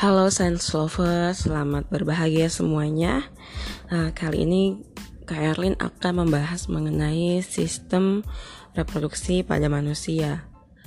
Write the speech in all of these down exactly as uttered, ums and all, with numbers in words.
Halo Science Lover, selamat berbahagia semuanya. Nah, kali ini Kak Erlin akan membahas mengenai sistem reproduksi pada manusia.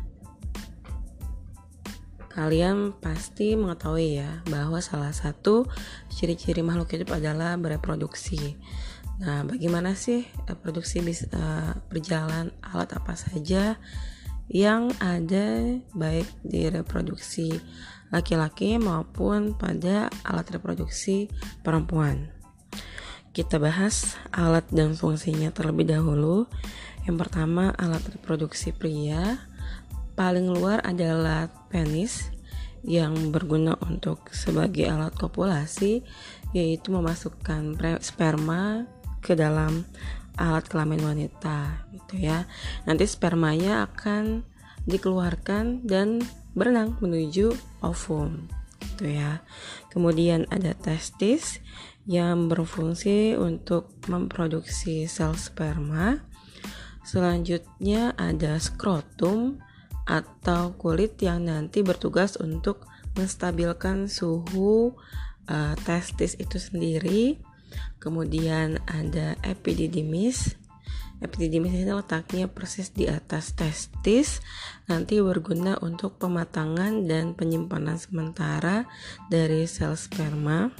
Kalian pasti mengetahui ya bahwa salah satu ciri-ciri makhluk hidup adalah bereproduksi. Nah, bagaimana sih reproduksi bisa uh, berjalan, alat apa saja yang ada baik di reproduksi laki-laki maupun pada alat reproduksi perempuan. Kita bahas alat dan fungsinya terlebih dahulu. Yang pertama, alat reproduksi pria. Paling luar adalah penis yang berguna untuk sebagai alat kopulasi, yaitu memasukkan sperma ke dalam alat kelamin wanita gitu ya. Nanti spermanya akan dikeluarkan dan berenang menuju ovum gitu ya. Kemudian ada testis yang berfungsi untuk memproduksi sel sperma. Selanjutnya ada skrotum atau kulit yang nanti bertugas untuk menstabilkan suhu uh, testis itu sendiri. Kemudian ada epididymis. Epididymis ini letaknya persis di atas testis, nanti berguna untuk pematangan dan penyimpanan sementara dari sel sperma.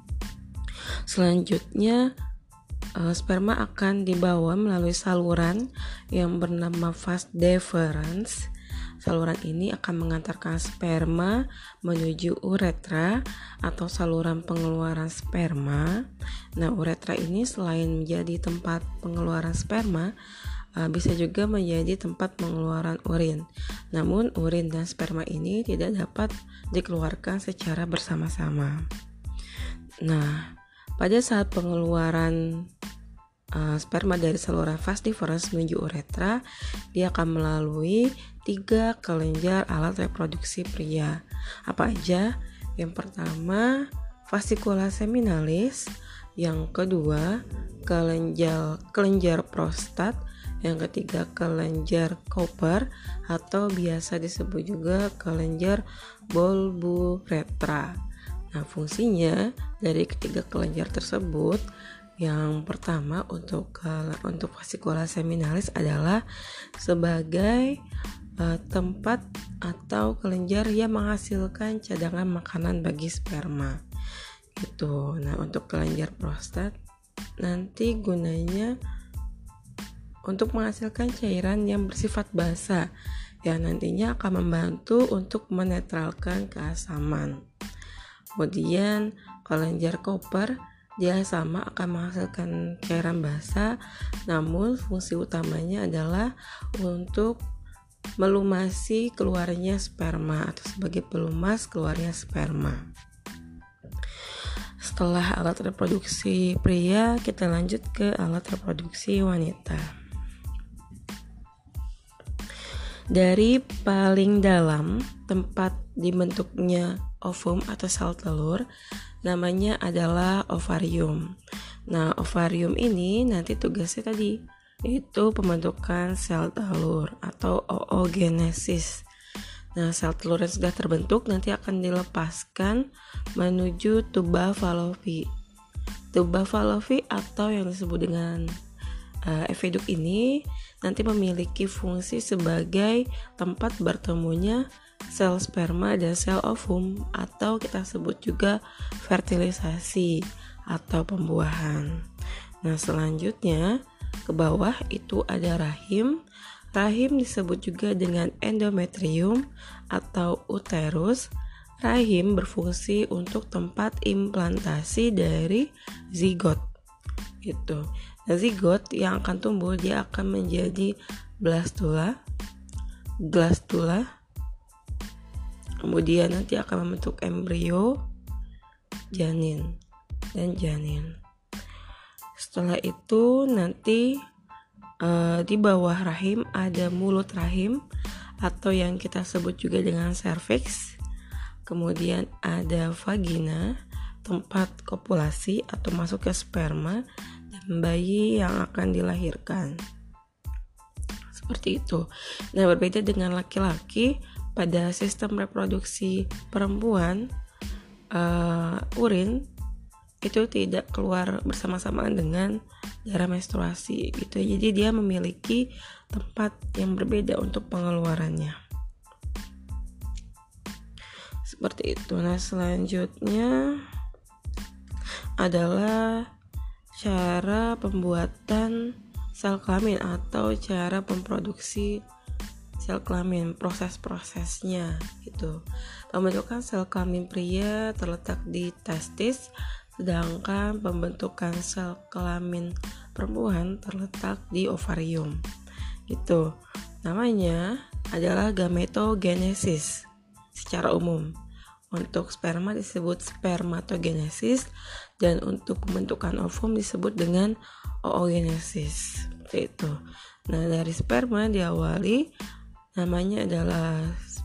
Selanjutnya sperma akan dibawa melalui saluran yang bernama vas deferens. Saluran ini akan mengantarkan sperma menuju uretra atau saluran pengeluaran sperma. Nah, uretra ini selain menjadi tempat pengeluaran sperma, bisa juga menjadi tempat pengeluaran urin. Namun, urin dan sperma ini tidak dapat dikeluarkan secara bersama-sama. Nah, pada saat pengeluaran Uh, sperma dari saluran vas deferens menuju uretra, dia akan melalui tiga kelenjar alat reproduksi pria. Apa aja? Yang pertama, fascicula seminalis. Yang kedua, kelenjar kelenjar prostat. Yang ketiga, kelenjar Cooper atau biasa disebut juga kelenjar bulburetra. Nah, fungsinya dari ketiga kelenjar tersebut, yang pertama untuk untuk fascicula seminalis adalah sebagai uh, tempat atau kelenjar yang menghasilkan cadangan makanan bagi sperma. Gitu. Nah, untuk kelenjar prostat nanti gunanya untuk menghasilkan cairan yang bersifat basa yang nantinya akan membantu untuk menetralkan keasaman. Kemudian kelenjar Cooper dia sama akan menghasilkan cairan basa, namun fungsi utamanya adalah untuk melumasi keluarnya sperma atau sebagai pelumas keluarnya sperma. Setelah alat reproduksi pria, kita lanjut ke alat reproduksi wanita. Dari paling dalam tempat dibentuknya ovum atau sel telur, namanya adalah ovarium. Nah, ovarium ini nanti tugasnya tadi itu pembentukan sel telur atau oogenesis. Nah, sel telur yang sudah terbentuk nanti akan dilepaskan menuju tuba Fallopi. Tuba Fallopi atau yang disebut dengan uh, eviduk ini nanti memiliki fungsi sebagai tempat bertemunya sel sperma dan sel ovum atau kita sebut juga fertilisasi atau pembuahan. Nah, selanjutnya ke bawah itu ada rahim. Rahim disebut juga dengan endometrium atau uterus. Rahim berfungsi untuk tempat implantasi dari zigot. Gitu. Nah, zigot yang akan tumbuh dia akan menjadi blastula, glastula. Kemudian nanti akan membentuk embrio, janin, dan janin. Setelah itu nanti uh, di bawah rahim ada mulut rahim atau yang kita sebut juga dengan cervix. Kemudian ada vagina, tempat kopulasi atau masuknya sperma dan bayi yang akan dilahirkan. Seperti itu. Nah, berbeda dengan laki-laki, pada sistem reproduksi perempuan uh, urin itu tidak keluar bersama-samaan dengan darah menstruasi gitu. Jadi dia memiliki tempat yang berbeda untuk pengeluarannya. Seperti itu. Nah, selanjutnya adalah cara pembuatan sel kelamin atau cara memproduksi sel kelamin, proses-prosesnya gitu. Pembentukan sel kelamin pria terletak di testis, sedangkan pembentukan sel kelamin perempuan terletak di ovarium. Itu namanya adalah gametogenesis secara umum. Untuk sperma disebut spermatogenesis dan untuk pembentukan ovum disebut dengan oogenesis. Seperti itu. Nah, dari sperma diawali namanya adalah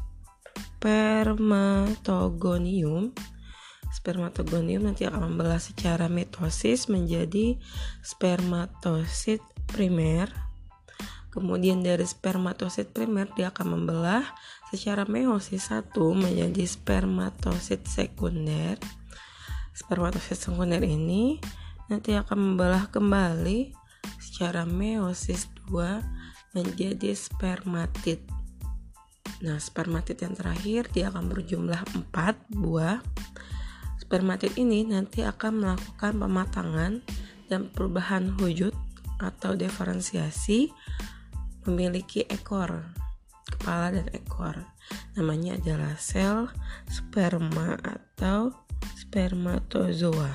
spermatogonium. Spermatogonium nanti akan membelah secara mitosis menjadi spermatosit primer. Kemudian dari spermatosit primer dia akan membelah secara meiosis satu menjadi spermatosit sekunder. Spermatosit sekunder ini nanti akan membelah kembali secara meiosis dua menjadi spermatid. Nah, spermatid yang terakhir dia akan berjumlah empat buah. Spermatid ini nanti akan melakukan pematangan dan perubahan wujud atau diferensiasi, memiliki ekor, kepala dan ekor. Namanya adalah sel sperma atau spermatozoa.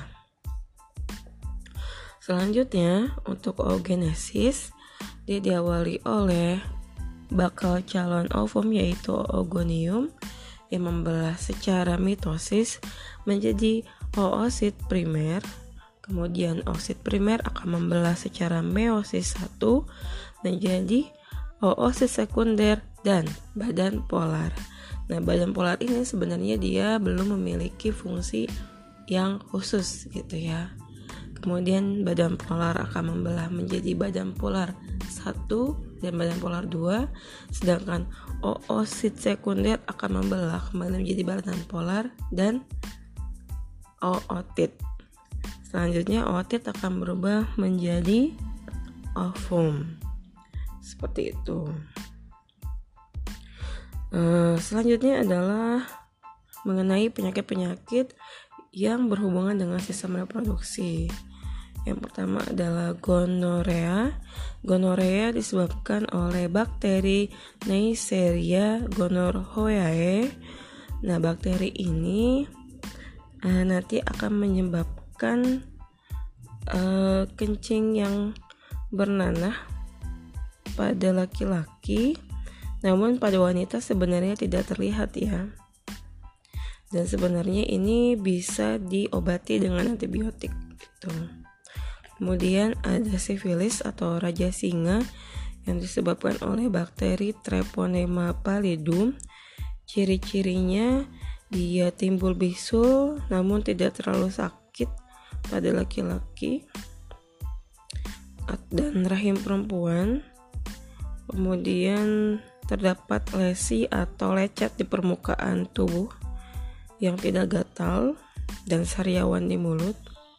Selanjutnya untuk oogenesis, dia diawali oleh bakal calon ovum yaitu oogonium yang membelah secara mitosis menjadi oosit primer. Kemudian oosit primer akan membelah secara meiosis satu menjadi oosit sekunder dan badan polar. Nah, badan polar ini sebenarnya dia belum memiliki fungsi yang khusus gitu ya. Kemudian badan polar akan membelah menjadi badan polar satu dan badan polar dua, sedangkan oosit sekunder akan membelah kembali menjadi badan polar dan ootit. Selanjutnya ootit akan berubah menjadi ovum. Seperti itu. Uh, selanjutnya adalah mengenai penyakit-penyakit yang berhubungan dengan sistem reproduksi. Yang pertama adalah gonorea. Gonorea disebabkan oleh bakteri Neisseria gonorrhoeae. Nah, bakteri ini uh, nanti akan menyebabkan uh, kencing yang bernanah pada laki-laki, namun pada wanita sebenarnya tidak terlihat ya. Dan sebenarnya ini bisa diobati dengan antibiotik gitu. Kemudian ada sifilis atau raja singa yang disebabkan oleh bakteri Treponema pallidum. Ciri-cirinya dia timbul bisul namun tidak terlalu sakit pada laki-laki dan rahim perempuan. Kemudian terdapat lesi atau lecet di permukaan tubuh yang tidak gatal dan sariawan di mulut.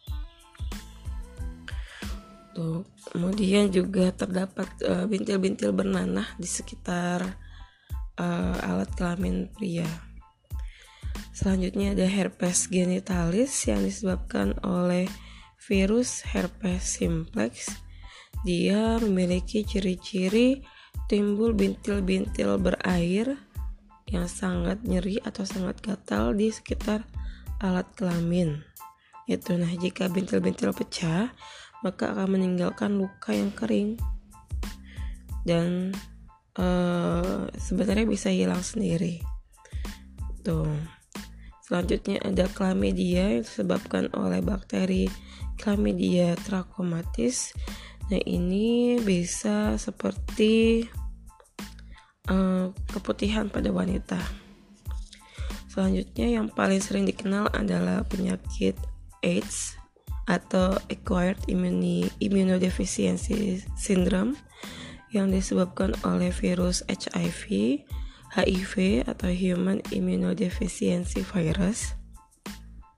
Tuh. Kemudian juga terdapat uh, bintil-bintil bernanah di sekitar uh, alat kelamin pria. Selanjutnya ada herpes genitalis yang disebabkan oleh virus herpes simplex. Dia memiliki ciri-ciri timbul bintil-bintil berair yang sangat nyeri atau sangat gatal di sekitar alat kelamin. Itu nah jika bintil-bintil pecah, maka akan meninggalkan luka yang kering dan uh, sebenarnya bisa hilang sendiri. Tuh. Selanjutnya ada chlamydia yang disebabkan oleh bakteri Chlamydia trachomatis. Nah, ini bisa seperti uh, keputihan pada wanita. Selanjutnya yang paling sering dikenal adalah penyakit AIDS atau Acquired Immunodeficiency Syndrome yang disebabkan oleh virus H I V, H I V atau Human Immunodeficiency Virus.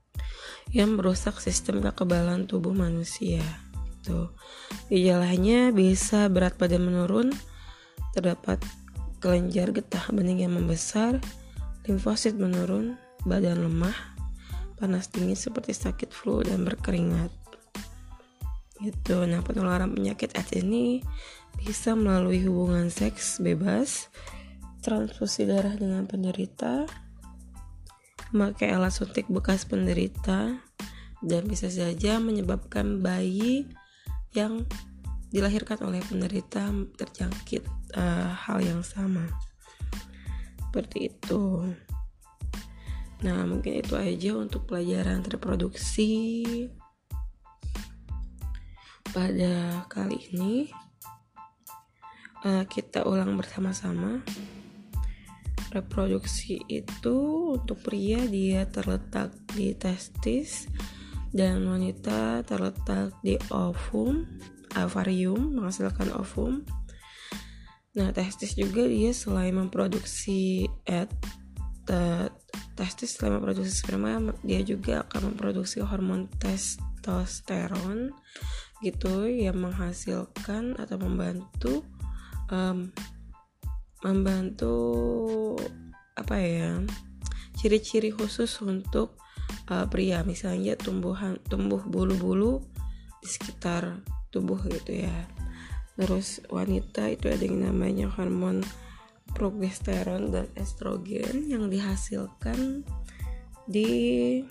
yang merusak sistem kekebalan tubuh manusia. Tuh. Gejalanya bisa berat badan menurun, terdapat kelenjar getah bening yang membesar, limfosit menurun, badan lemah, panas dingin seperti sakit flu dan berkeringat. Gitu. Nah, penularan penyakit AIDS ini bisa melalui hubungan seks bebas, transfusi darah dengan penderita, memakai alat suntik bekas penderita, dan bisa saja menyebabkan bayi yang dilahirkan oleh penderita terjangkit uh, hal yang sama. Seperti itu. Nah, mungkin itu aja untuk pelajaran reproduksi pada kali ini. Uh, kita ulang bersama-sama. Reproduksi itu untuk pria dia terletak di testis dan wanita terletak di ovum, ovarium, menghasilkan ovum. Nah, testis juga dia selain memproduksi et, te, testis selain memproduksi sperma, dia juga akan memproduksi hormon testosteron gitu yang menghasilkan atau membantu um, membantu apa ya ciri-ciri khusus untuk uh, pria, misalnya tumbuhan tumbuh bulu-bulu di sekitar tubuh gitu ya. Terus wanita itu ada yang namanya hormon progesteron dan estrogen yang dihasilkan di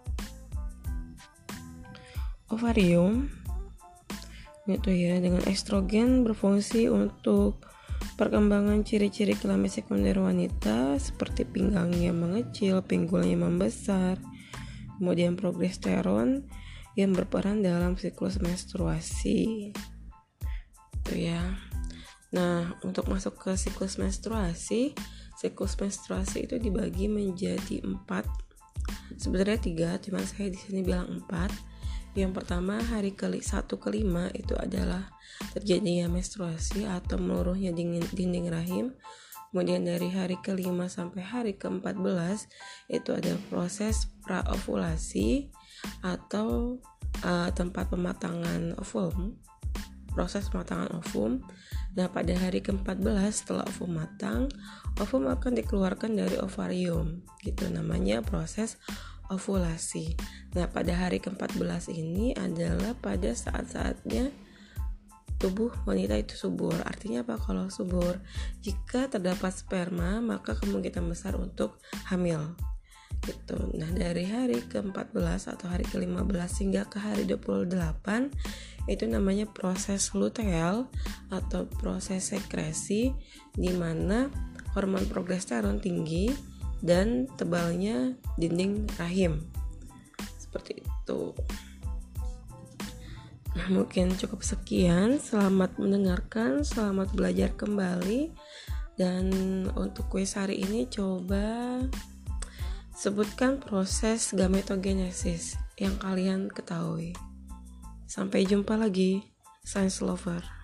ovarium gitu ya. Dengan estrogen berfungsi untuk perkembangan ciri-ciri kelamin sekunder wanita seperti pinggangnya mengecil, pinggulnya membesar. Kemudian progesteron yang berperan dalam siklus menstruasi. Itu ya. Nah, untuk masuk ke siklus menstruasi, siklus menstruasi itu dibagi menjadi empat. Sebenarnya tiga, cuman saya di sini bilang empat. Yang pertama, hari ke satu ke lima itu adalah terjadinya menstruasi atau meluruhnya dinding, dinding rahim. Kemudian dari hari kelima sampai hari ke empat belas itu ada proses praovulasi atau uh, tempat pematangan ovum, proses pematangan ovum. Nah, pada hari ke empat belas setelah ovum matang, ovum akan dikeluarkan dari ovarium. Gitu namanya proses ovulasi. Nah, pada hari ke empat belas ini adalah pada saat-saatnya tubuh wanita itu subur. Artinya apa kalau subur? Jika terdapat sperma, maka kemungkinan besar untuk hamil. Gitu. Nah, dari hari ke empat belas atau hari ke lima belas hingga ke hari dua puluh delapan itu namanya proses luteal atau proses sekresi, di mana hormon progesteron tinggi dan tebalnya dinding rahim. Seperti itu. Nah, mungkin cukup sekian. Selamat mendengarkan, selamat belajar kembali. Dan untuk kuis hari ini coba sebutkan proses gametogenesis yang kalian ketahui. Sampai jumpa lagi, Science Lover.